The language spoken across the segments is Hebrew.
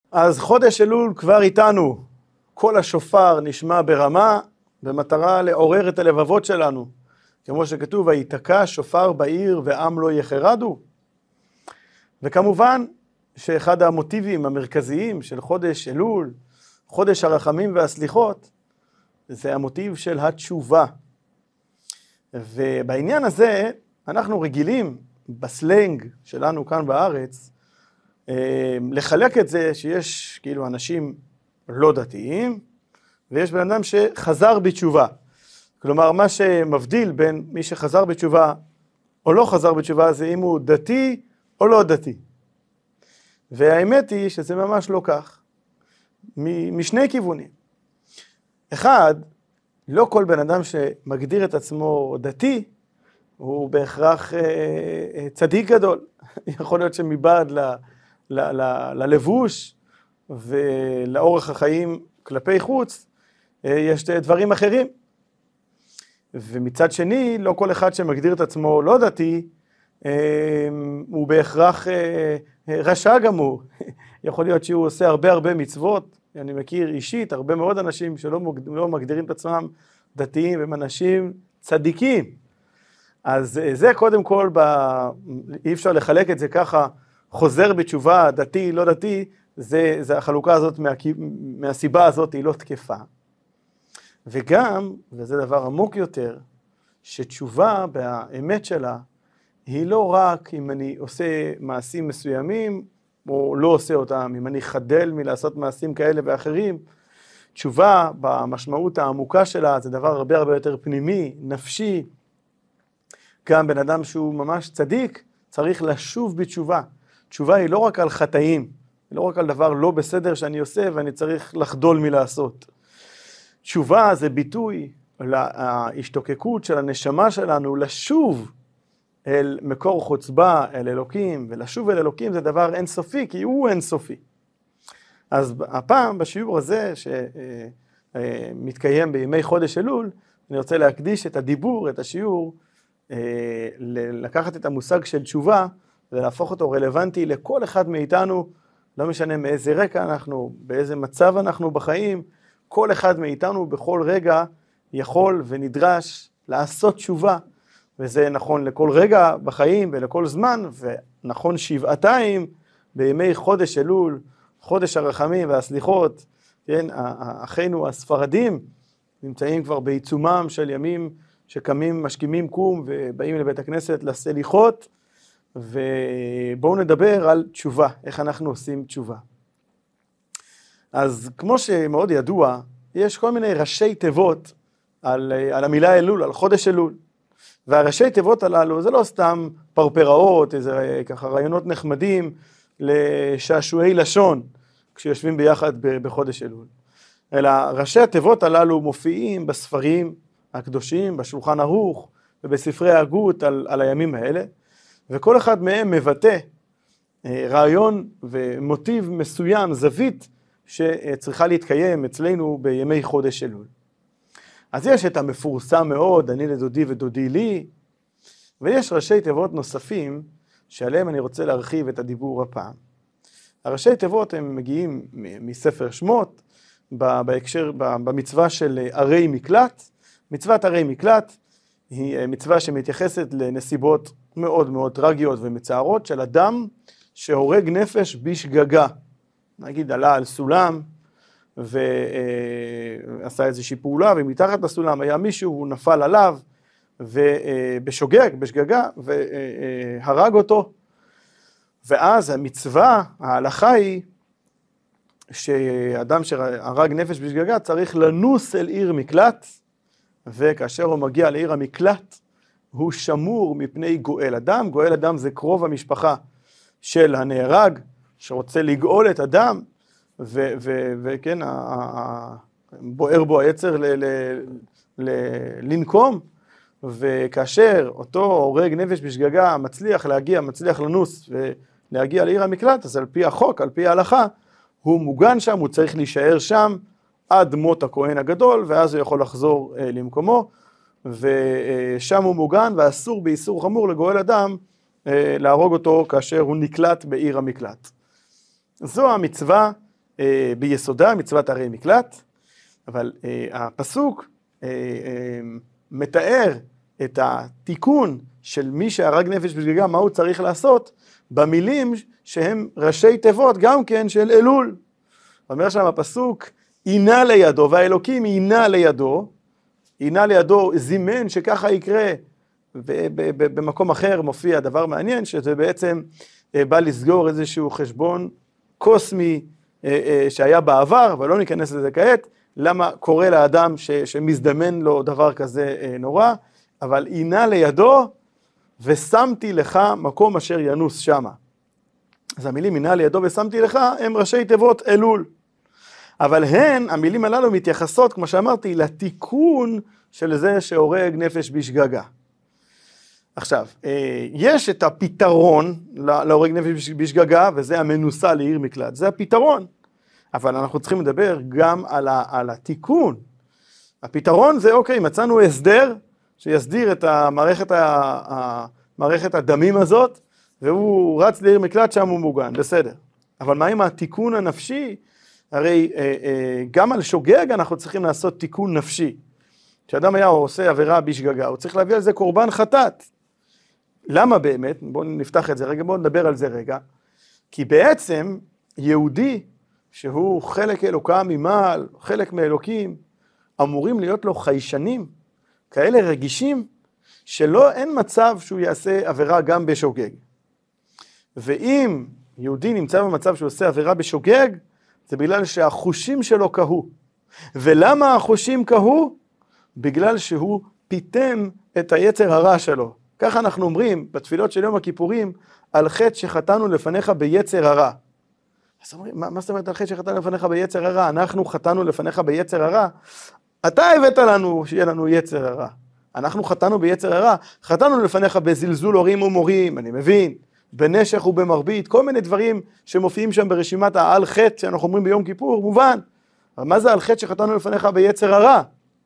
אז חודש אלול כבר איתנו, כל השופר נשמע ברמה, במטרה לעורר את הלבבות שלנו. כמו שכתוב, ויתקע שופר בעיר ועם לא יחרדו. וכמובן שאחד המוטיבים המרכזיים של חודש אלול, חודש הרחמים והסליחות, זה המוטיב של התשובה. ובעניין הזה אנחנו רגילים בסלנג שלנו כאן בארץ, לחלק את זה שיש כאילו אנשים לא דתיים, ויש בן אדם שחזר בתשובה. כלומר, מה שמבדיל בין מי שחזר בתשובה או לא חזר בתשובה, זה אם הוא דתי או לא דתי. והאמת היא שזה ממש לא כך, משני כיוונים. אחד, לא כל בן אדם שמגדיר את עצמו דתי, הוא בהכרח צדיק גדול. יכול להיות שמבעד ללבוש ולאורך החיים כלפי חוץ, יש דברים אחרים. ומצד שני, לא כל אחד שמגדיר את עצמו לא דתי, הוא בהכרח רשע גמור. יכול להיות שהוא עושה הרבה מצוות. אני מכיר אישית הרבה מאוד אנשים שלא מגדירים את עצמם דתיים, הם אנשים צדיקים. אז זה קודם כל, אי אפשר לחלק את זה ככה, חוזר בתשובה, דתי, לא דתי, זה החלוקה הזאת מהסיבה הזאת היא לא תקפה. וגם, וזה דבר עמוק יותר, שתשובה באמת שלה, היא לא רק אם אני עושה מעשים מסוימים, או לא עושה אותם, אם אני חדל מלעשות מעשים כאלה ואחרים, תשובה במשמעות העמוקה שלה, זה דבר הרבה יותר פנימי, נפשי. גם בן אדם שהוא ממש צדיק, צריך לשוב בתשובה. תשובה היא לא רק על חטאים, היא לא רק על דבר לא בסדר שאני עושה ואני צריך לחדול מלעשות. תשובה זה ביטוי להשתוקקות של הנשמה שלנו, לשוב אל מקור חוצבה, אל אלוקים, ולשוב אל אלוקים זה דבר אינסופי, כי הוא אינסופי. אז הפעם בשיעור הזה שמתקיים בימי חודש אלול, אני רוצה להקדיש את הדיבור, את השיעור, לקחת את המושג של תשובה, ולהפוך אותו רלוונטי לכל אחד מאיתנו, לא משנה מאיזה רקע אנחנו, באיזה מצב אנחנו בחיים, כל אחד מאיתנו בכל רגע יכול ונדרש לעשות תשובה, וזה נכון לכל רגע בחיים ולכל זמן, ונכון שבעתיים בימי חודש אלול, חודש הרחמים והסליחות, כן, אחינו הספרדים נמצאים כבר בעיצומם של ימים שקמים, משכימים קום ובאים לבית הכנסת לסליחות, ובואו נדבר על תשובה, איך אנחנו עושים תשובה. אז כמו שמאוד ידוע, יש כל מיני ראשי תיבות על המילה אלול, על חודש אלול. והראשי תיבות הללו זה לא סתם פרפראות, איזה ככה רעיונות נחמדים לשעשועי לשון, כשיושבים ביחד בחודש אלול. אלא ראשי התיבות הללו מופיעים בספרים הקדושים, בשולחן ערוך ובספרי ההגות על הימים האלה, וכל אחד מהם מבטא רעיון ומוטיב מסוים, זווית, שצריכה להתקיים אצלנו בימי חודש אלול. אז יש את המפורסם מאוד, אני לדודי ודודי לי, ויש ראשי תיבות נוספים שעליהם אני רוצה להרחיב את הדיבור הפעם. הראשי תיבות הם מגיעים מספר שמות, במצווה של ערי מקלט. מצוות ערי מקלט היא מצווה שמתייחסת לנסיבות מאוד טרגיות ומצערות של אדם שהורג נפש בשגגה. נגיד עלה על סולם ועשה איזושהי פעולה, ומתחת לסולם היה מישהו, הוא נפל עליו בשגגה, והרג אותו. ואז המצווה, ההלכה היא, שאדם שהרג נפש בשגגה צריך לנוס אל עיר מקלט, וכאשר הוא מגיע לעיר המקלט, הוא שמור מפני גואל אדם. גואל אדם זה קרוב המשפחה של הנהרג, שרוצה לגאול את אדם, וכן, בוער בו היצר לנקום, וכאשר אותו הורג נפש בשגגה מצליח לנוס ולהגיע לעיר המקלט, אז על פי החוק, על פי ההלכה, הוא מוגן שם, הוא צריך להישאר שם עד מות הכהן הגדול, ואז הוא יכול לחזור למקומו, ושם הוא מוגן, ואסור באיסור חמור לגואל אדם להרוג אותו כאשר הוא נקלט בעיר המקלט. זו המצווה ביסודה, מצוות ערי מקלט, אבל הפסוק מתאר את התיקון של מי שהרג נפש בשגגה, מה הוא צריך לעשות, במילים שהם ראשי תיבות גם כן של אלול. אומר שם הפסוק, עינה לידו, והאלוקים עינה לידו, זימן שככה יקרה, ובמקום אחר מופיע דבר מעניין, שזה בעצם בא לסגור איזשהו חשבון קוסמי שהיה בעבר, אבל לא ניכנס לזה כעת, למה קורה לאדם שמזדמן לו דבר כזה נורא, אבל עינה לידו, ושמתי לך מקום אשר ינוס שמה. אז המילים עינה לידו ושמתי לך, הם ראשי תיבות אלול. אבל המילים הללו מתייחסות, כמו שאמרתי, לתיקון של זה שהורג נפש בשגגה. עכשיו, יש את הפתרון להורג נפש בשגגה, וזה המנוסה לעיר מקלט, זה הפתרון. אבל אנחנו צריכים לדבר גם על התיקון. הפתרון זה, אוקיי, מצאנו הסדר שיסדיר את מערכת הדמים הזאת, והוא רץ לעיר מקלט, שם הוא מוגן, בסדר. אבל מה עם התיקון הנפשי? הרי גם על שוגג אנחנו צריכים לעשות תיקון נפשי. כשאדם היה עושה עבירה בשגגה, הוא צריך להביא על זה קורבן חטאת. למה באמת? בואו נפתח את זה רגע, בואו נדבר על זה רגע. כי בעצם יהודי שהוא חלק אלוקה ממעל, חלק מאלוקים, אמורים להיות לו חיישנים, כאלה רגישים, אין מצב שהוא יעשה עבירה גם בשוגג. ואם יהודי נמצא במצב שהוא עושה עבירה בשוגג, זה בגלל שהחושים שלו קהו. ולמה החושים קהו? בגלל שהוא פיתם את היצר הרע שלו. ככה אנחנו אומרים בתפילות של יום הכיפורים, על חטא שחטאנו לפניך ביצר הרע. אז אומרים, מה זאת אומרת על חטא שחטאנו לפניך ביצר הרע? אנחנו חטאנו לפניך ביצר הרע. אתה הבאת לנו שיהיה לנו יצר הרע. אנחנו חטאנו ביצר הרע. חטאנו לפניך בזלזול הורים ומורים, אני מבין, בנשך ובמרבית, כל מיני דברים שמופיעים שם ברשימת העל חטא שאנחנו אומרים ביום כיפור, מובן. אבל מה זה על חטא שחטאנו לפניך ביצר הרע?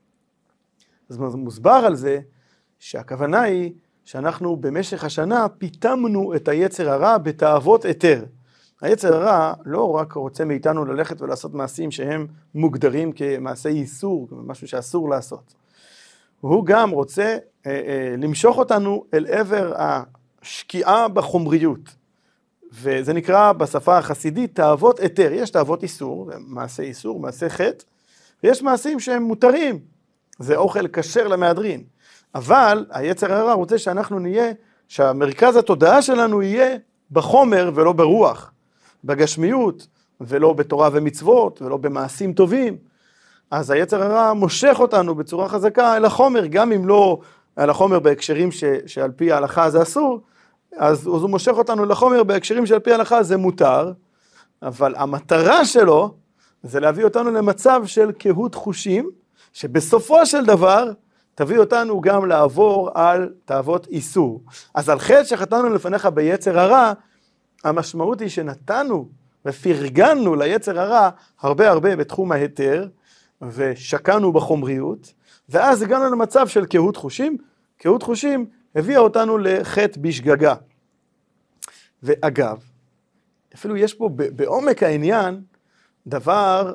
אז מוסבר על זה שהכוונה היא שאנחנו במשך השנה פיתמנו את היצר הרע בתאוות היתר. היצר הרע לא רק רוצה מאיתנו ללכת ולעשות מעשים שהם מוגדרים כמעשי איסור, משהו שאסור לעשות. הוא גם רוצה למשוך אותנו אל עבר השקיעה בחומריות. וזה נקרא בשפה החסידית תאוות היתר. יש תאוות איסור, מעשי איסור, מעשי חטא, ויש מעשים שהם מותרים. זה אוכל כשר למהדרין. אבל היצר הרע רוצה שאנחנו נהיה, שהמרכז התודעה שלנו יהיה בחומר ולא ברוח, בגשמיות ולא בתורה ומצוות ולא במעשים טובים. אז היצר הרע מושך אותנו בצורה חזקה אל החומר, גם אם לא על החומר בהקשרים שעל פי ההלכה זה אסור, אז הוא מושך אותנו לחומר בהקשרים שעל פי ההלכה זה מותר, אבל המטרה שלו זה להביא אותנו למצב של קהות חושים, שבסופו של דבר תביא אותנו גם לעבור על תאוות איסור. אז על חטא שחטאנו לפניך ביצר הרע, המשמעות היא שנתנו ופרגנו ליצר הרע הרבה בתחום ההיתר, ושקענו בחומריות, ואז הגענו למצב של קהות חושים. קהות חושים הביאה אותנו לחטא בשגגה. ואגב, אפילו יש פה בעומק העניין דבר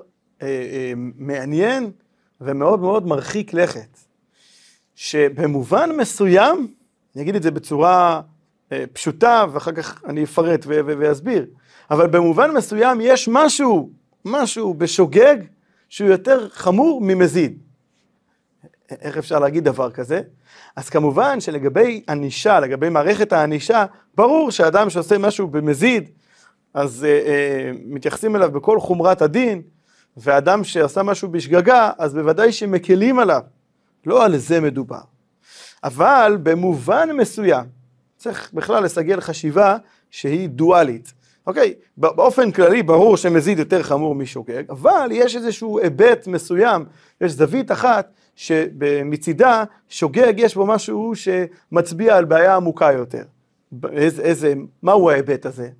מעניין ומאוד מאוד מרחיק לכת, שבמובן מסוים, אני אגיד את זה בצורה פשוטה ואחר כך אני אפרט ואסביר, אבל במובן מסוים יש משהו בשוגג שהוא יותר חמור ממזיד. איך אפשר להגיד דבר כזה? אז כמובן שלגבי ענישה, לגבי מערכת הענישה, ברור שאדם שעושה משהו במזיד, אז מתייחסים אליו בכל חומרת הדין, ואדם שעשה משהו בשגגה, אז בוודאי שמקלים עליו. לא על זה מדובר. אבל במובן מסוים, צריך בכלל לסגל חשיבה שהיא דואלית. אוקיי, באופן כללי ברור שמזיד יותר חמור משוגג, אבל יש איזשהו היבט מסוים, יש זווית אחת שבמצידה שוגג יש בו משהו שמצביע על בעיה עמוקה יותר. מהו ההיבט הזה?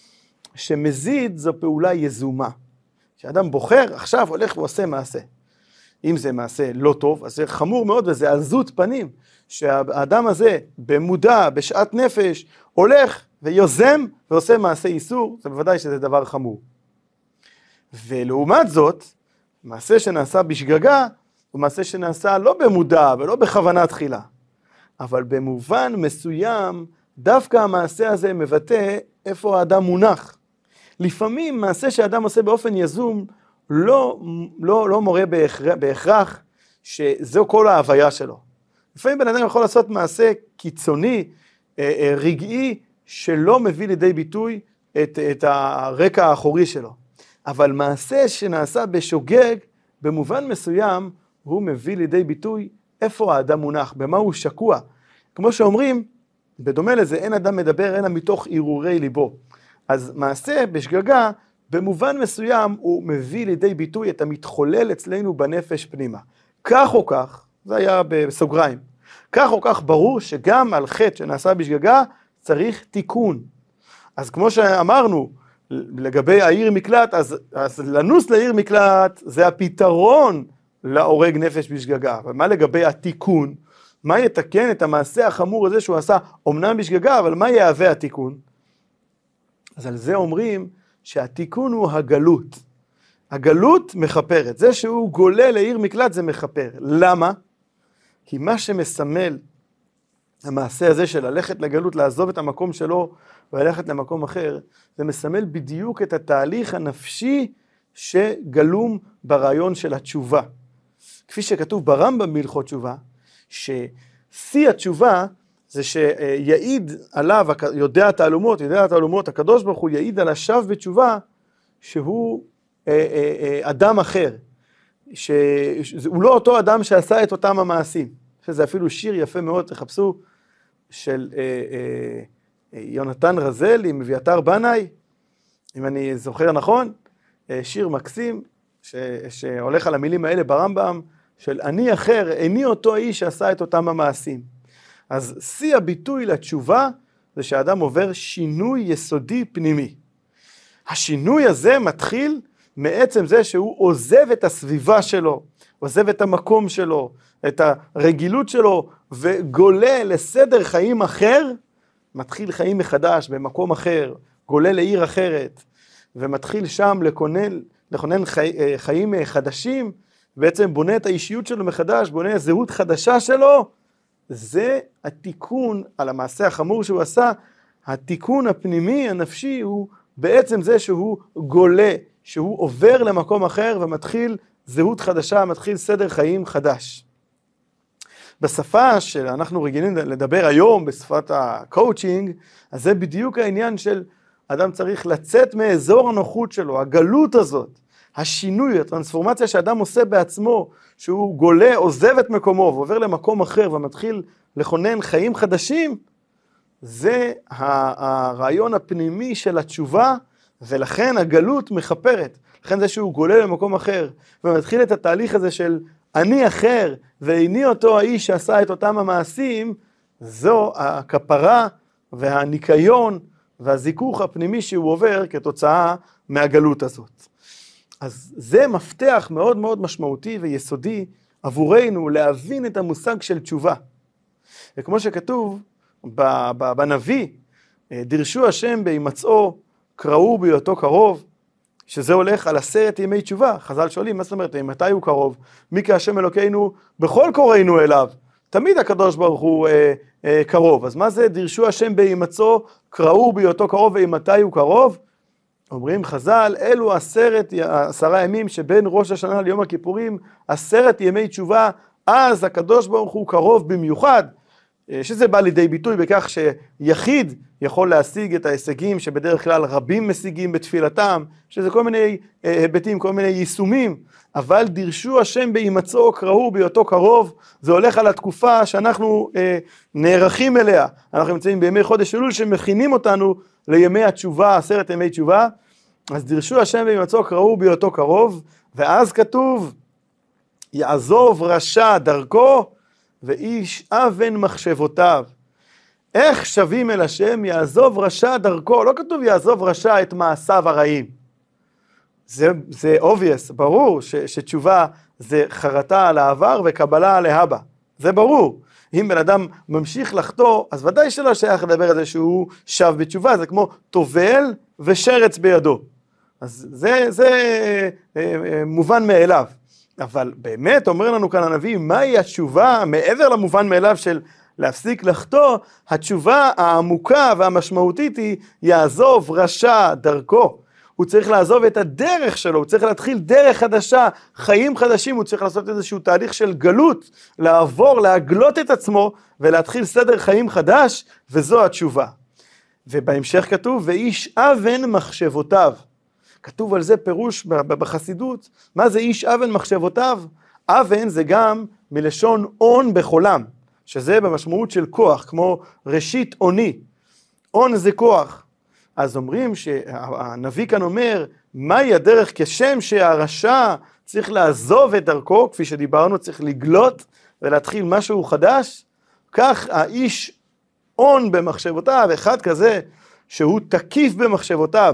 שמזיד זו פעולה יזומה. שאדם בוחר, עכשיו הולך ועושה מעשה. אם זה מעשה לא טוב, אז זה חמור מאוד וזה עזות פנים, שהאדם הזה במודע, בשעת נפש, הולך ויוזם ועושה מעשה איסור, זה בוודאי שזה דבר חמור. ולעומת זאת, מעשה שנעשה בשגגה, הוא מעשה שנעשה לא במודע ולא בכוונה תחילה, אבל במובן מסוים, דווקא המעשה הזה מבטא איפה האדם מונח. לפעמים מעשה שהאדם עושה באופן יזום, לא מורה בהכרח שזו כל ההוויה שלו. לפעמים בן אדם יכול לעשות מעשה קיצוני, רגעי, שלא מביא לידי ביטוי את הרקע האחורי שלו. אבל מעשה שנעשה בשוגג, במובן מסוים, הוא מביא לידי ביטוי איפה האדם מונח, במה הוא שקוע. כמו שאומרים, בדומה לזה, אין אדם מדבר אלא מתוך הרהורי ליבו. אז מעשה בשגגה, במובן מסוים, הוא מביא לידי ביטוי את המתחולל אצלנו בנפש פנימה. כך או כך, זה היה בסוגריים, כך או כך ברור שגם על חטא שנעשה בשגגה, צריך תיקון. אז כמו שאמרנו, לגבי העיר מקלט, אז לנוס לעיר מקלט, זה הפתרון להורג נפש בשגגה. אבל מה לגבי התיקון? מה יתקן את המעשה החמור הזה שהוא עשה, אומנם בשגגה, אבל מה יהווה התיקון? אז על זה אומרים שהתיקון הוא הגלות. הגלות מחפרת. זה שהוא גולה לעיר מקלט זה מחפר. למה? כי מה שמסמל המעשה הזה של ללכת לגלות, לעזוב את המקום שלו וללכת למקום אחר, זה מסמל בדיוק את התהליך הנפשי שגלום ברעיון של התשובה. כפי שכתוב ברמב"ם בהלכות תשובה, ששיא התשובה זה שיעיד עליו, יודע התעלומות, הקדוש ברוך הוא יעיד על השב בתשובה, שהוא אדם אחר, שהוא לא אותו אדם שעשה את אותם המעשים. שזה אפילו שיר יפה מאוד, תחפשו, של יונתן רזל עם אביתר בנאי, אם אני זוכר נכון, שיר מקסים, שהולך על המילים האלה ברמב"ם, של אני אחר, איני אותו האיש שעשה את אותם המעשים. אז שיא הביטוי לתשובה, זה שהאדם עובר שינוי יסודי פנימי. השינוי הזה מתחיל מעצם זה שהוא עוזב את הסביבה שלו, עוזב את המקום שלו, את הרגילות שלו, וגולה לסדר חיים אחר, מתחיל חיים מחדש במקום אחר, גולה לעיר אחרת, ומתחיל שם לכונן חיים חדשים, בעצם בונה את האישיות שלו מחדש, בונה זהות חדשה שלו, זה התיקון על המעשה החמור שהוא עשה, התיקון הפנימי הנפשי הוא בעצם זה שהוא גולה, שהוא עובר למקום אחר ומתחיל זהות חדשה, מתחיל סדר חיים חדש. בשפה שאנחנו רגילים לדבר היום, בשפת הקואוצ'ינג, אז זה בדיוק העניין של אדם צריך לצאת מאזור הנוחות שלו, הגלות הזאת, השינוי, הטרנספורמציה שאדם עושה בעצמו, שהוא גולה, עוזב את מקומו ועובר למקום אחר ומתחיל לכונן חיים חדשים, זה הרעיון הפנימי של התשובה, ולכן הגלות מחפרת. לכן זה שהוא גולה למקום אחר, ומתחיל את התהליך הזה של אני אחר, ואיני אותו האיש שעשה את אותם המעשים, זו הכפרה והניקיון והזיכוך הפנימי שהוא עובר כתוצאה מהגלות הזאת. אז זה מפתח מאוד מאוד משמעותי ויסודי עבורנו להבין את המושג של תשובה. וכמו שכתוב בנביא, דרשו השם בהימצאו, קראו בהיותו קרוב, שזה הולך על 10 ימי תשובה. חז"ל שואלים, מה זאת אומרת, מתי הוא קרוב? מי כהשם אלוקינו בכל קוראינו אליו. תמיד הקדוש ברוך הוא קרוב. אז מה זה דרשו השם בהימצאו, קראו בהיותו קרוב, ומתי הוא קרוב? אומרים חז"ל, אלו 10 ימים שבין ראש השנה ליום הכיפורים, 10 ימי תשובה, אז הקדוש ברוך הוא קרוב במיוחד, שזה בא לידי ביטוי בכך שיחיד יכול להשיג את ההישגים שבדרך כלל רבים משיגים בתפילתם, שזה כל מיני היבטים, כל מיני יישומים, אבל דרשו השם בהימצאו, קראו בהיותו קרוב, זה הולך על התקופה שאנחנו נערכים אליה, אנחנו נמצאים בימי חודש אלול שמכינים אותנו לימי התשובה, 10 ימי תשובה, אז דרשו השם בהימצאו, קראו בהיותו קרוב, ואז כתוב, יעזוב רשע דרכו, ואיש אבן מחשבותיו. איך שווים אל השם? יעזוב רשע דרכו. לא כתוב יעזוב רשע את מעשיו הרעים. זה obvious, ברור שתשובה זה חרטה על העבר וקבלה על ההבא. זה ברור. אם בן אדם ממשיך לחטוא, אז ודאי שלא שייך לדבר על זה שהוא שב בתשובה. זה כמו טובל ושרץ בידו. אז זה מובן מאליו. אבל באמת אומר לנו כאן הנביא, מהי התשובה מעבר למובן מאליו של להפסיק לחטוא? התשובה העמוקה והמשמעותית היא, יעזוב רשע דרכו. הוא צריך לעזוב את הדרך שלו, הוא צריך להתחיל דרך חדשה, חיים חדשים, הוא צריך לעשות איזשהו תהליך של גלות, לעבור, להגלות את עצמו, ולהתחיל סדר חיים חדש, וזו התשובה. ובהמשך כתוב, ואיש אבן מחשבותיו. כתוב על זה פירוש בחסידות, מה זה איש אבן מחשבותיו? אבן זה גם מלשון און בחולם, שזה במשמעות של כוח, כמו ראשית אוני. און זה כוח. אז אומרים שהנביא כאן אומר, מהי הדרך? כשם שהרשע צריך לעזוב את דרכו, כפי שדיברנו, צריך לגלות ולהתחיל משהו חדש, כך האיש און במחשבותיו, אחד כזה שהוא תקיף במחשבותיו,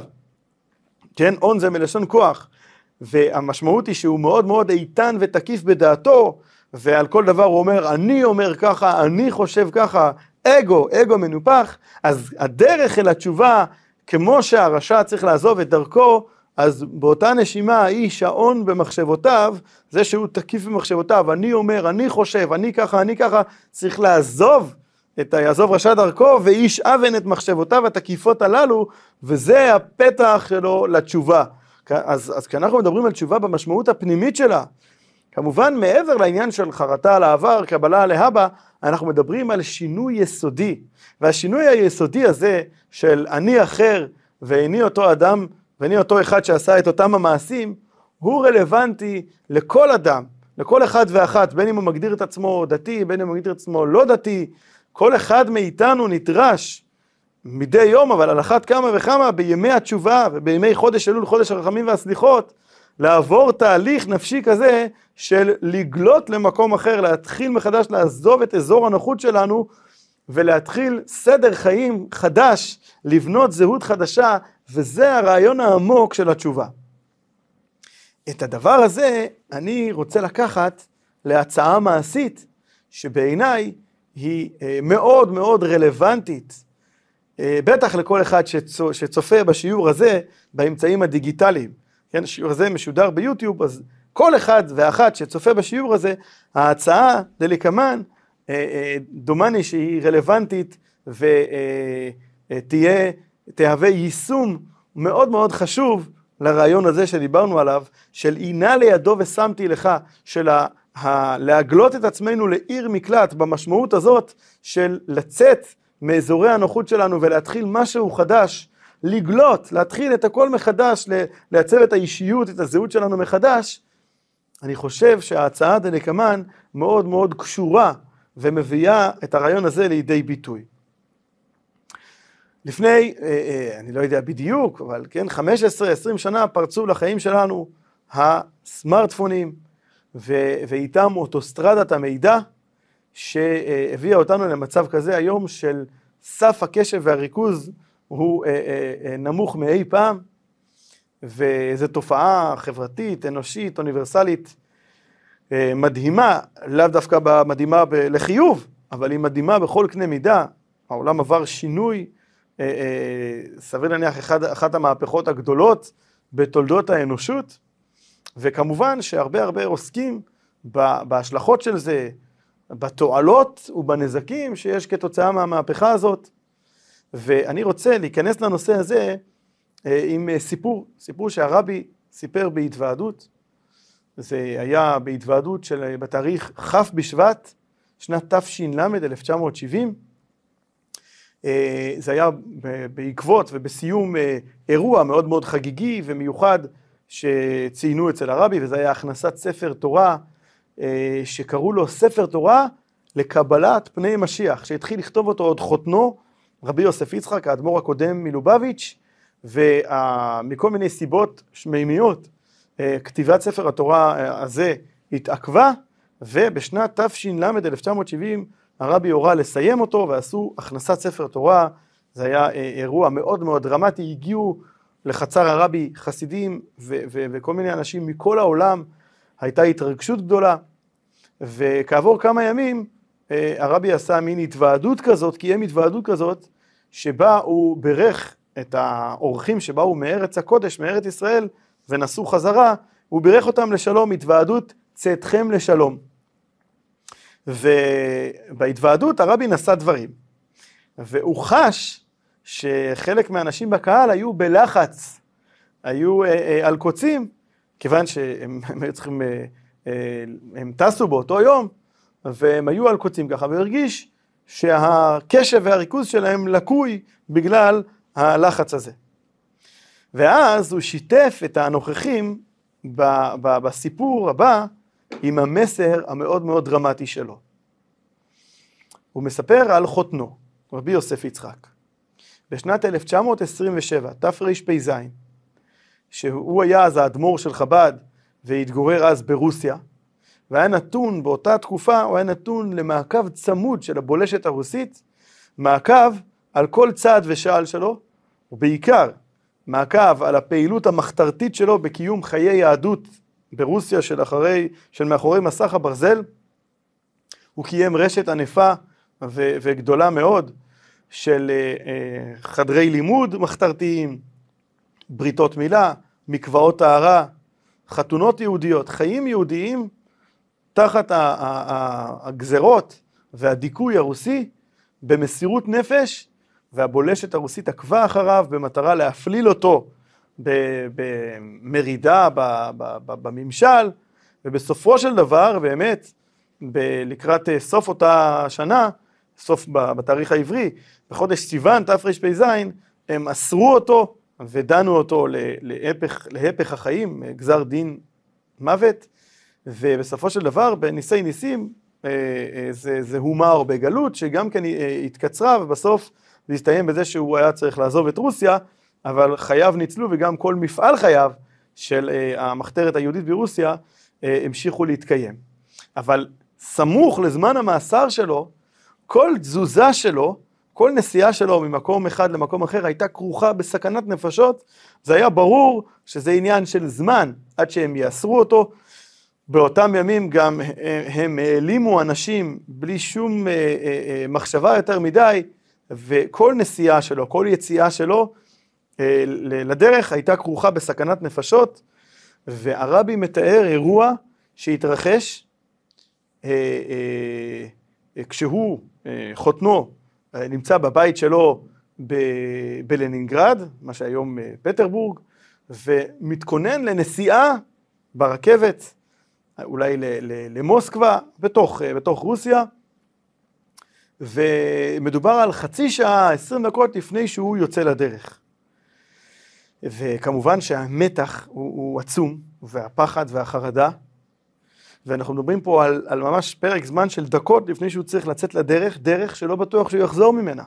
כן, און זה מלשון כוח, והמשמעות היא שהוא מאוד מאוד איתן ותקיף בדעתו, ועל כל דבר הוא אומר, אני אומר ככה, אני חושב ככה, אגו מנופח. אז הדרך אל התשובה, כמו שהרשע צריך לעזוב את דרכו, אז באותה נשימה האיש האון במחשבותיו, זה שהוא תקיף במחשבותיו, אני אומר, אני חושב, אני ככה, צריך לעזוב יעזוב רשע דרכו, ואיש אבן את מחשבותיו התקיפות הללו, וזה הפתח שלו לתשובה. אז כשאנחנו מדברים על תשובה במשמעות הפנימית שלה, כמובן מעבר לעניין של חרטה על העבר, קבלה להבא, אנחנו מדברים על שינוי יסודי, והשינוי היסודי הזה של אני אחר, ואיני אותו אדם, ואיני אותו אחד שעשה את אותם המעשים, הוא רלוונטי לכל אדם, לכל אחד ואחת, בין אם הוא מגדיר את עצמו דתי, בין אם הוא מגדיר את עצמו לא דתי, כל אחד מאיתנו נדרש מדי יום, אבל על אחת כמה וכמה בימי התשובה ובימי חודש אלול, חודש הרחמים והסליחות, לעבור תהליך נפשי כזה של לגלות למקום אחר, להתחיל מחדש, לעזוב את אזור הנוחות שלנו, ולהתחיל סדר חיים חדש, לבנות זהות חדשה, וזה הרעיון העמוק של התשובה. את הדבר הזה אני רוצה לקחת להצעה מעשית, שבעיניי היא מאוד מאוד רלוונטית, בטח לכל אחד שצופה בשיעור הזה באמצעים הדיגיטליים. כן, השיעור הזה משודר ביוטיוב, אז כל אחד ואחת שצופה בשיעור הזה, ההצעה דלקמן, דומני שהיא רלוונטית ותהווה יישום מאוד מאוד חשוב לרעיון הזה שדיברנו עליו, של עינה לידו ושמתי לך, של להגלות את עצמנו לעיר מקלט, במשמעות הזאת של לצאת מאזורי הנוחות שלנו ולהתחיל משהו חדש, לגלות, להתחיל את הכל מחדש, לייצב את האישיות, את הזהות שלנו מחדש. אני חושב שההצעה דלקמן מאוד מאוד קשורה ומביאה את הרעיון הזה לידי ביטוי. לפני, אני לא יודע בדיוק, אבל כן, 15-20 שנה פרצו לחיים שלנו הסמארטפונים, ואיתם אוטוסטרדת המידע, שהביאה אותנו למצב כזה היום של סף הקשב והריכוז הוא נמוך מאי פעם, וזו תופעה חברתית, אנושית, אוניברסלית, מדהימה, לאו דווקא מדהימה לחיוב, אבל היא מדהימה בכל קנה מידה. העולם עבר שינוי, סביר להניח אחת המהפכות הגדולות בתולדות האנושות, וכמובן שהרבה עוסקים בהשלכות של זה, בתועלות ובנזקים שיש כתוצאה מהמהפכה הזאת. ואני רוצה להיכנס לנושא הזה עם סיפור שהרבי סיפר בהתוועדות. זה היה בהתוועדות בתאריך כ' בשבט, שנת תש"ל 1970. זה היה בעקבות ובסיום אירוע מאוד מאוד חגיגי ומיוחד שציינו אצל הרבי, וזה היה הכנסת ספר תורה, שקראו לו ספר תורה לקבלת פני משיח, שהתחיל לכתוב אותו עוד חותנו, רבי יוסף יצחק, האדמו"ר הקודם מלובביץ', ומכל מיני סיבות שמימיות, כתיבת ספר התורה הזה התעכבה, ובשנת תש"ל 1970 הרבי הורה לסיים אותו, ועשו הכנסת ספר תורה. זה היה אירוע מאוד מאוד דרמטי, הגיעו לחצר הרבי חסידים וכל מיני אנשים מכל העולם, הייתה התרגשות גדולה, וכעבור כמה ימים הרבי עשה מין התוועדות כזאת, קיים התוועדות כזאת, שבה הוא ברך את האורחים שבאו מארץ הקודש, מארץ ישראל, ונסעו חזרה, הוא בירך אותם לשלום, התוועדות צאתכם לשלום. ובהתוועדות הרבי נשא דברים, והוא חש שחלק מהאנשים בקהל היו בלחץ, היו על קוצים, כיוון שהם היו צריכים, הם טסו באותו יום, והם היו על קוצים ככה, והרגיש שהקשב והריכוז שלהם לקוי בגלל הלחץ הזה. ואז הוא שיתף את הנוכחים בסיפור הבא עם המסר המאוד מאוד דרמטי שלו. הוא מספר על חותנו, רבי יוסף יצחק. בשנת 1927, תרפ"ז, שהוא היה אז האדמו"ר של חב"ד והתגורר אז ברוסיה, והיה נתון באותה תקופה, הוא היה נתון למעקב צמוד של הבולשת הרוסית, מעקב על כל צעד ושעל שלו, ובעיקר מעקב על הפעילות המחתרתית שלו בקיום חיי יהדות ברוסיה של מאחורי מסך הברזל. הוא קיים רשת ענפה וגדולה מאוד של חדרי לימוד מחתרתיים, בריתות מילה, מקוואות טהרה, חתונות יהודיות, חיים יהודיים תחת הגזרות והדיכוי הרוסי במסירות נפש, והבולשת הרוסית עקבה אחריו במטרה להפליל אותו במרידה בממשל, ובסופו של דבר באמת לקראת סוף אותה שנה, סוף בתאריך העברי, בחודש סיוון תרפ"ז, הם אסרו אותו ודנו אותו להפך החיים, גזר דין מוות, ובסופו של דבר בניסי ניסים זה הומר בגלות שגם כן התקצרה, ובסוף זה הסתיים בזה שהוא היה צריך לעזוב את רוסיה, אבל חייו ניצלו וגם כל מפעל חייו של המחתרת היהודית ברוסיה המשיכו להתקיים. אבל סמוך לזמן המאסר שלו, כל תזוזה שלו, כל נסיעה שלו ממקום אחד למקום אחר הייתה כרוכה בסכנת נפשות. זה היה ברור שזה עניין של זמן עד שהם יאסרו אותו. באותם ימים גם הם העלימו אנשים בלי שום מחשבה יותר מדי, וכל נסיעה שלו, כל יציאה שלו לדרך הייתה כרוכה בסכנת נפשות. והרבי מתאר אירוע שהתרחש כשהוא, חותנו, נמצא בבית שלו בלנינגרד, מה שהיום פטרבורג, ומתכונן לנסיעה ברכבת, אולי למוסקבה, בתוך רוסיה, ומדובר על חצי שעה, 20 דקות לפני שהוא יוצא לדרך. וכמובן שהמתח הוא עצום, והפחד והחרדה, ואנחנו מדברים פה על ממש פרק זמן של דקות לפני שהוא צריך לצאת לדרך, דרך שלא בטוח שהוא יחזור ממנה.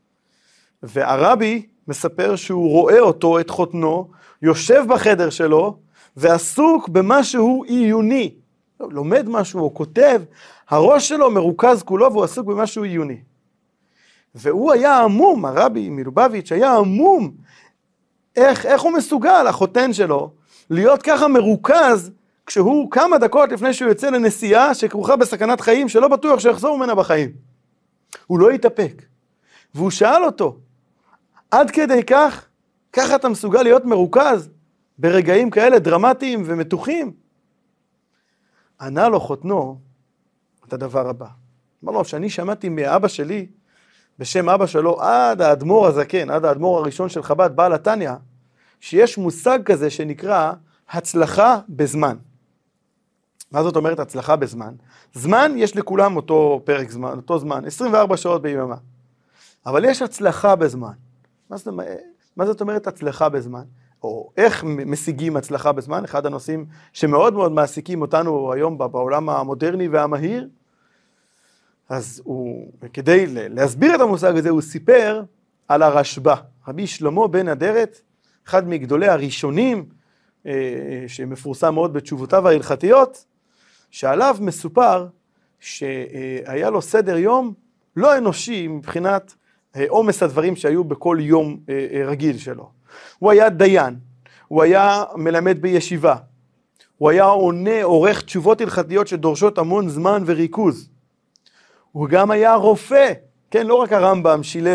והרבי מספר שהוא רואה אותו, את חותנו, יושב בחדר שלו, ועסוק במשהו עיוני. לומד משהו, הוא כותב, הראש שלו מרוכז כולו, והוא עסוק במשהו עיוני. והוא היה עמום, הרבי מלובביץ' היה עמום, איך הוא מסוגל, החותן שלו, להיות ככה מרוכז, כשהוא כמה דקות לפני שהוא יוצא לנסיעה שכרוכה בסכנת חיים שלא בטוח שיחזור ממנה בחיים. הוא לא יתאפק. והוא שאל אותו, עד כדי כך אתה מסוגל להיות מרוכז ברגעים כאלה דרמטיים ומתוחים? ענה לו חותנו את הדבר הבא. אמר לו, שאני שמעתי מאבא שלי, בשם אבא שלו, עד האדמו"ר הזקן, עד האדמו"ר הראשון של חב"ד, בעל התניא, שיש מושג כזה שנקרא הצלחה בזמן. מה זאת אומרת הצלחה בזמן? זמן יש לכולם אותו פרק זמן, אותו זמן, 24 שעות ביממה. אבל יש הצלחה בזמן. מה זאת אומרת הצלחה בזמן? או איך משיגים הצלחה בזמן? אחד הנושאים שמאוד מאוד מעסיקים אותנו היום בעולם המודרני והמהיר. אז כדי להסביר את המושג הזה, הוא סיפר על הרשב"א, רבי שלמה בן אדרת, אחד מגדולי הראשונים, שמפורסם מאוד בתשובותיו ההלכתיות, שעליו מסופר שהיה לו סדר יום לא אנושי מבחינת עומס הדברים שהיו בכל יום רגיל שלו. הוא היה דיין, הוא היה מלמד בישיבה, הוא היה עורך תשובות הלכתיות שדורשות המון זמן וריכוז. הוא גם היה רופא, כן, לא רק הרמב"ם שילב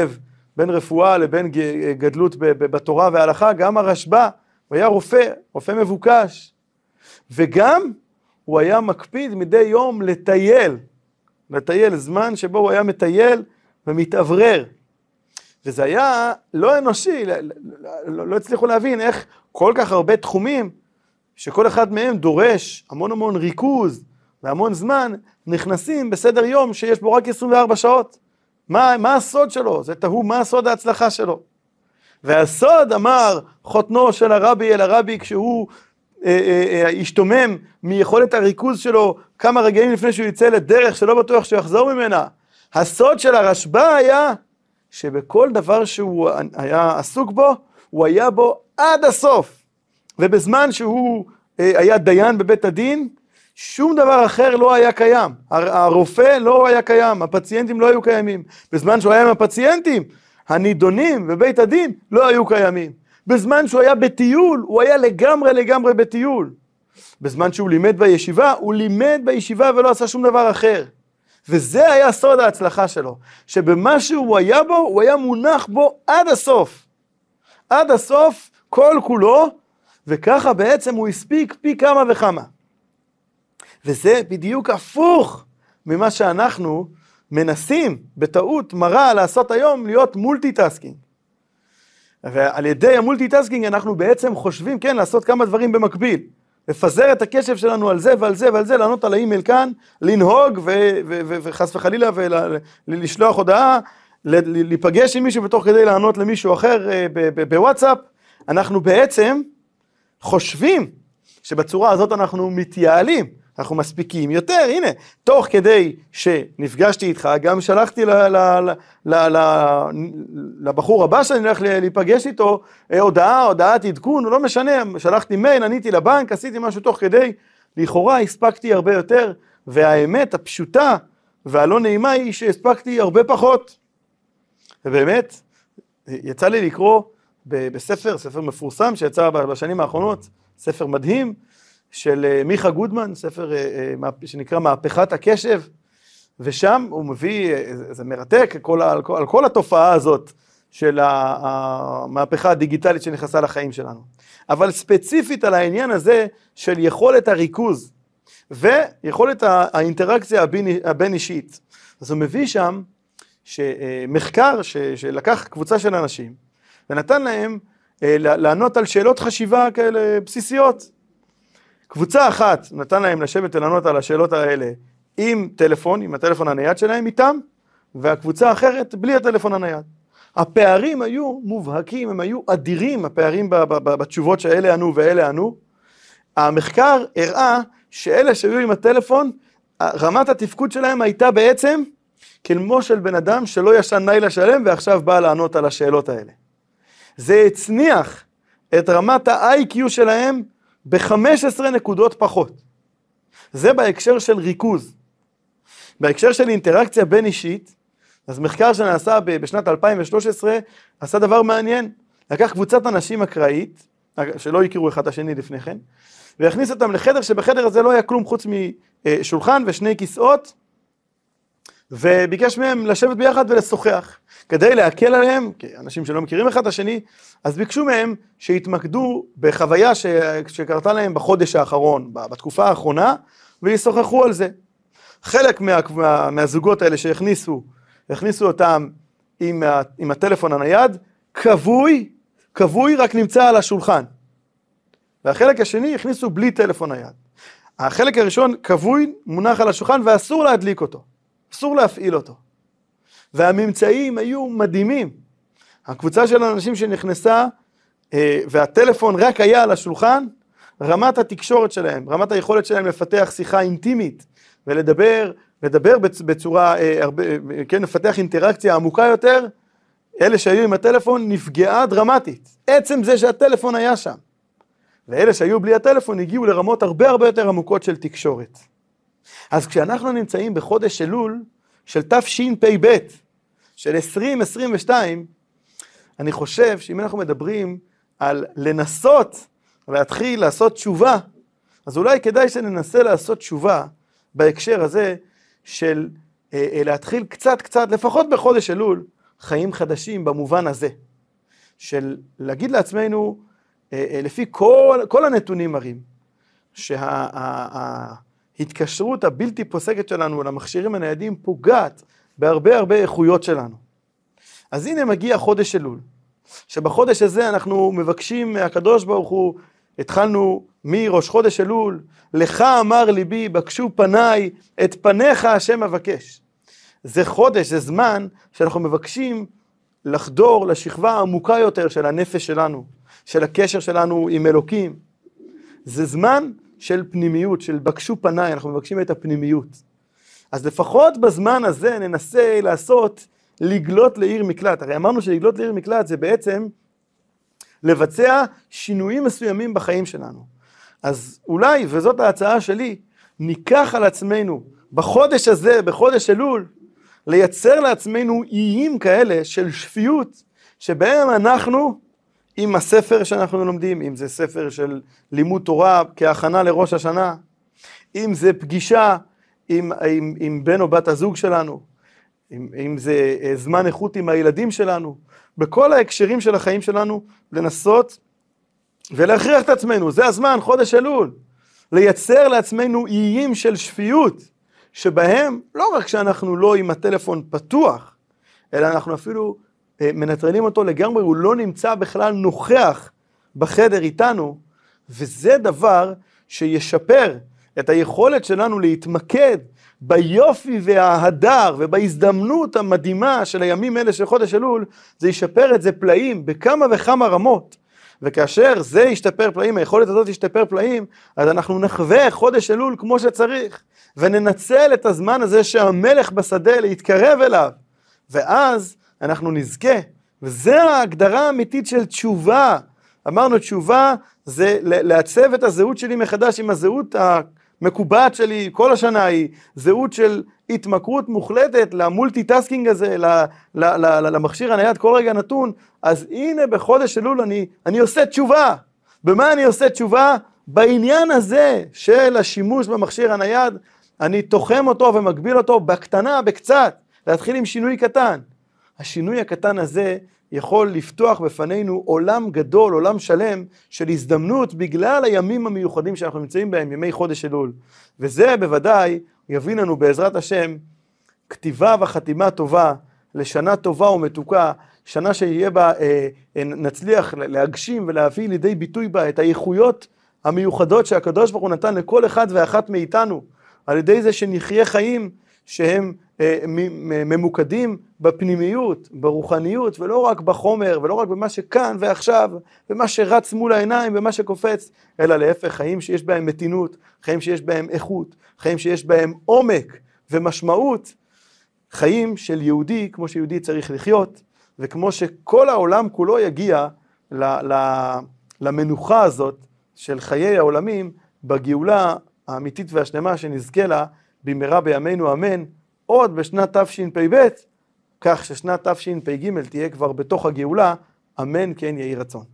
בין רפואה לבין גדלות בתורה וההלכה, גם הרשב"א, הוא היה רופא מבוקש, וגם הוא היה מקפיד מדי יום לטייל זמן שבו הוא היה מטייל ומתאוורר, וזה היה לא אנושי, לא הצליחו להבין איך כל כך הרבה תחומים, שכל אחד מהם דורש המון ריכוז והמון זמן, נכנסים בסדר יום שיש בו רק 24 שעות. מה הסוד שלו? זה תהו, מה הסוד ההצלחה שלו? והסוד, אמר חותנו של הרבי אל הרבי, כשהוא השתומם מיכולת הריכוז שלו כמה רגעים לפני שהוא יצא לדרך שלא בטוח שהוא יחזור ממנה, הסוד של הרשב"א היה שבכל דבר שהוא היה עסוק בו, הוא היה בו עד הסוף. ובזמן שהוא היה דיין בבית הדין, שום דבר אחר לא היה קיים. הרופא לא היה קיים, הפציינטים לא היו קיימים. בזמן שהוא היה עם הפציינטים, הנידונים בבית הדין לא היו קיימים. בזמן שהוא היה בטיול, הוא היה לגמרי בטיול. בזמן שהוא לימד בישיבה, הוא לימד בישיבה ולא עשה שום דבר אחר. וזה היה סוד ההצלחה שלו, שבמה שהוא היה בו, הוא היה מונח בו עד הסוף. עד הסוף, כל כולו, וככה בעצם הוא הספיק פי כמה וכמה. וזה בדיוק הפוך ממה שאנחנו מנסים בטעות מרה לעשות היום, להיות מולטיטאסקינג. ועל ידי המולטיטאסקינג אנחנו בעצם חושבים, כן, לעשות כמה דברים במקביל. לפזר את הקשב שלנו על זה ועל זה ועל זה, לענות על האימייל כאן, לנהוג וחס וחלילה ולשלוח הודעה, להיפגש עם מישהו ותוך כדי לענות למישהו אחר בוואטסאפ. אנחנו בעצם חושבים שבצורה הזאת אנחנו מתייעלים, אנחנו מספיקים יותר. הנה, תוך כדי שנפגשתי איתך, גם שלחתי לבחור הבא שאני הולך להיפגש איתו, הודעת עדכון, לא משנה, שלחתי מייל, עניתי לבנק, עשיתי משהו תוך כדי, לכאורה הספקתי הרבה יותר, והאמת הפשוטה והלא נעימה היא שהספקתי הרבה פחות. ובאמת, יצא לי לקרוא ספר מפורסם שיצא בשנים האחרונות, ספר מדהים, של מיכה גודמן, ספר שנקרא מהפכת הקשב, ושם הוא מביא, זה מרתק, על כל התופעה הזאת של המהפכה הדיגיטלית שנכנסה לחיים שלנו. אבל ספציפית על העניין הזה של יכולת הריכוז, ויכולת האינטראקציה הבין אישית. אז הוא מביא שם מחקר שלקח קבוצה של אנשים, ונתן להם לענות על שאלות חשיבה כאלה בסיסיות. קבוצה אחת נתן להם לשבת ולענות על השאלות האלה עם טלפון, עם הטלפון הנייד שלהם איתם, והקבוצה האחרת בלי הטלפון הנייד. הפערים היו מובהקים, הם היו אדירים, הפערים בתשובות שאלה ענו ואלה ענו. המחקר הראה שאלה שהיו עם הטלפון, רמת התפקוד שלהם הייתה בעצם כמו של בן אדם שלא ישן לילה שלם ועכשיו בא לענות על השאלות האלה. זה הצניח את רמת ה-IQ שלהם ב-15 נקודות פחות. זה בהקשר של ריכוז. בהקשר של אינטראקציה בין אישית, אז מחקר שנעשה בשנת 2013, עשה דבר מעניין. לקח קבוצת אנשים אקראית, שלא הכירו אחד השני לפני כן, והכניס אותם לחדר שבחדר הזה לא היה כלום חוץ משולחן ושני כיסאות, וביקש מהם לשבת ביחד ולשוחח. כדי להקל עליהם, כאנשים שלא מכירים אחד השני, אז ביקשו מהם שהתמקדו בחוויה שקרתה להם בחודש האחרון, בתקופה האחרונה, וישוחחו על זה. חלק מהזוגות האלה שהכניסו אותם עם הטלפון הנייד, כבוי רק נמצא על השולחן. והחלק השני הכניסו בלי טלפון נייד. החלק הראשון כבוי מונח על השולחן ואסור להדליק אותו, אסור להפעיל אותו. והממצאים היו מדהימים. הקבוצה של האנשים שנכנסה והטלפון רק היה על השולחן, רמת התקשורת שלהם, רמת היכולת שלהם לפתח שיחה אינטימית ולדבר בצורה, כן, לפתח אינטראקציה עמוקה יותר, אלה שהיו עם הטלפון נפגעה דרמטית. עצם זה שהטלפון היה שם. ואלה שהיו בלי הטלפון הגיעו לרמות הרבה יותר עמוקות של תקשורת. אז כשאנחנו נמצאים בחודש אלול של תשפ"ב, של 2022, אני חושב שאם אנחנו מדברים על לנסות להתחיל לעשות תשובה, אז אולי כדאי שננסה לעשות תשובה בהקשר הזה של להתחיל קצת, לפחות בחודש אלול, חיים חדשים במובן הזה, של להגיד לעצמנו, לפי כל הנתונים מראים, שההתקשרות הבלתי פוסקת שלנו למכשירים הניידים פוגעת בהרבה הרבה איכויות שלנו. אז הנה מגיע חודש אלול, שבחודש הזה אנחנו מבקשים מהקדוש ברוך הוא, התחלנו מראש חודש אלול, לך אמר ליבי, בקשו פניי, את פניך השם אבקש. זה חודש, זה זמן שאנחנו מבקשים לחדור לשכבה העמוקה יותר של הנפש שלנו, של הקשר שלנו עם אלוקים. זה זמן של פנימיות, של בקשו פניי, אנחנו מבקשים את הפנימיות. אז לפחות בזמן הזה ננסה לעשות לגלות לעיר מקלט. הרי אמרנו שלגלות לעיר מקלט זה בעצם לבצע שינויים מסוימים בחיים שלנו. אז אולי, וזאת ההצעה שלי, ניקח על עצמנו בחודש הזה, בחודש אלול, לייצר לעצמנו איים כאלה של שפיות, שבהם אנחנו, עם הספר שאנחנו לומדים, אם זה ספר של לימוד תורה כהכנה לראש השנה, אם זה פגישה עם בן או בת הזוג שלנו, אם זה זמן איכות עם הילדים שלנו, בכל ההקשרים של החיים שלנו, לנסות ולהכריח את עצמנו, זה הזמן, חודש אלול, לייצר לעצמנו איים של שפיות, שבהם לא רק שאנחנו לא עם הטלפון פתוח, אלא אנחנו אפילו מנטרלים אותו לגמרי, הוא לא נמצא בכלל נוכח בחדר איתנו, וזה דבר שישפר את היכולת שלנו להתמקד ביופי וההדר ובהזדמנות המדהימה של הימים האלה של חודש אלול, זה ישפר את זה פלאים בכמה וכמה רמות. וכאשר זה ישתפר פלאים, היכולת הזאת ישתפר פלאים, אז אנחנו נחווה חודש אלול כמו שצריך, וננצל את הזמן הזה שהמלך בשדה להתקרב אליו, ואז אנחנו נזכה. וזה ההגדרה האמיתית של תשובה. אמרנו תשובה זה לעצב את הזהות שלי מחדש עם הזהות המקובעת שלי, כל השנה היא זהות של התמכרות מוחלטת למולטיטאסקינג הזה, למכשיר הנייד כל רגע נתון. אז הנה בחודש אלול אני עושה תשובה. במה אני עושה תשובה? בעניין הזה של השימוש במכשיר הנייד, אני תוחם אותו ומגביל אותו בקטנה, בקצת, להתחיל עם שינוי קטן. השינוי הקטן הזה יכול לפתוח בפנינו עולם גדול, עולם שלם של הזדמנות בגלל הימים המיוחדים שאנחנו נמצאים בהם, ימי חודש אלול. וזה בוודאי יביא לנו בעזרת השם כתיבה וחתימה טובה לשנה טובה ומתוקה, שנה שיהיה בה, נצליח להגשים ולהביא לידי ביטוי בה את האיכויות המיוחדות שהקדוש ברוך הוא נתן לכל אחד ואחת מאיתנו, על ידי זה שנחיה חיים שהם ממוקדים בפנימיות, ברוחניות, ולא רק בחומר, ולא רק במה שכאן ועכשיו, במה שרץ מול העיניים, במה שקופץ, אלא להפך, חיים שיש בהם מתינות, חיים שיש בהם איכות, חיים שיש בהם עומק ומשמעות, חיים של יהודי, כמו שיהודי צריך לחיות, וכמו שכל העולם כולו יגיע למנוחה הזאת של חיי העולמים, בגאולה האמיתית והשלמה שנזכה לה, במהרה בימינו אמן, עוד בשנת תשפ"ב, כך ששנת תשפ"ג תהיה כבר בתוך הגאולה, אמן כן יהי רצון.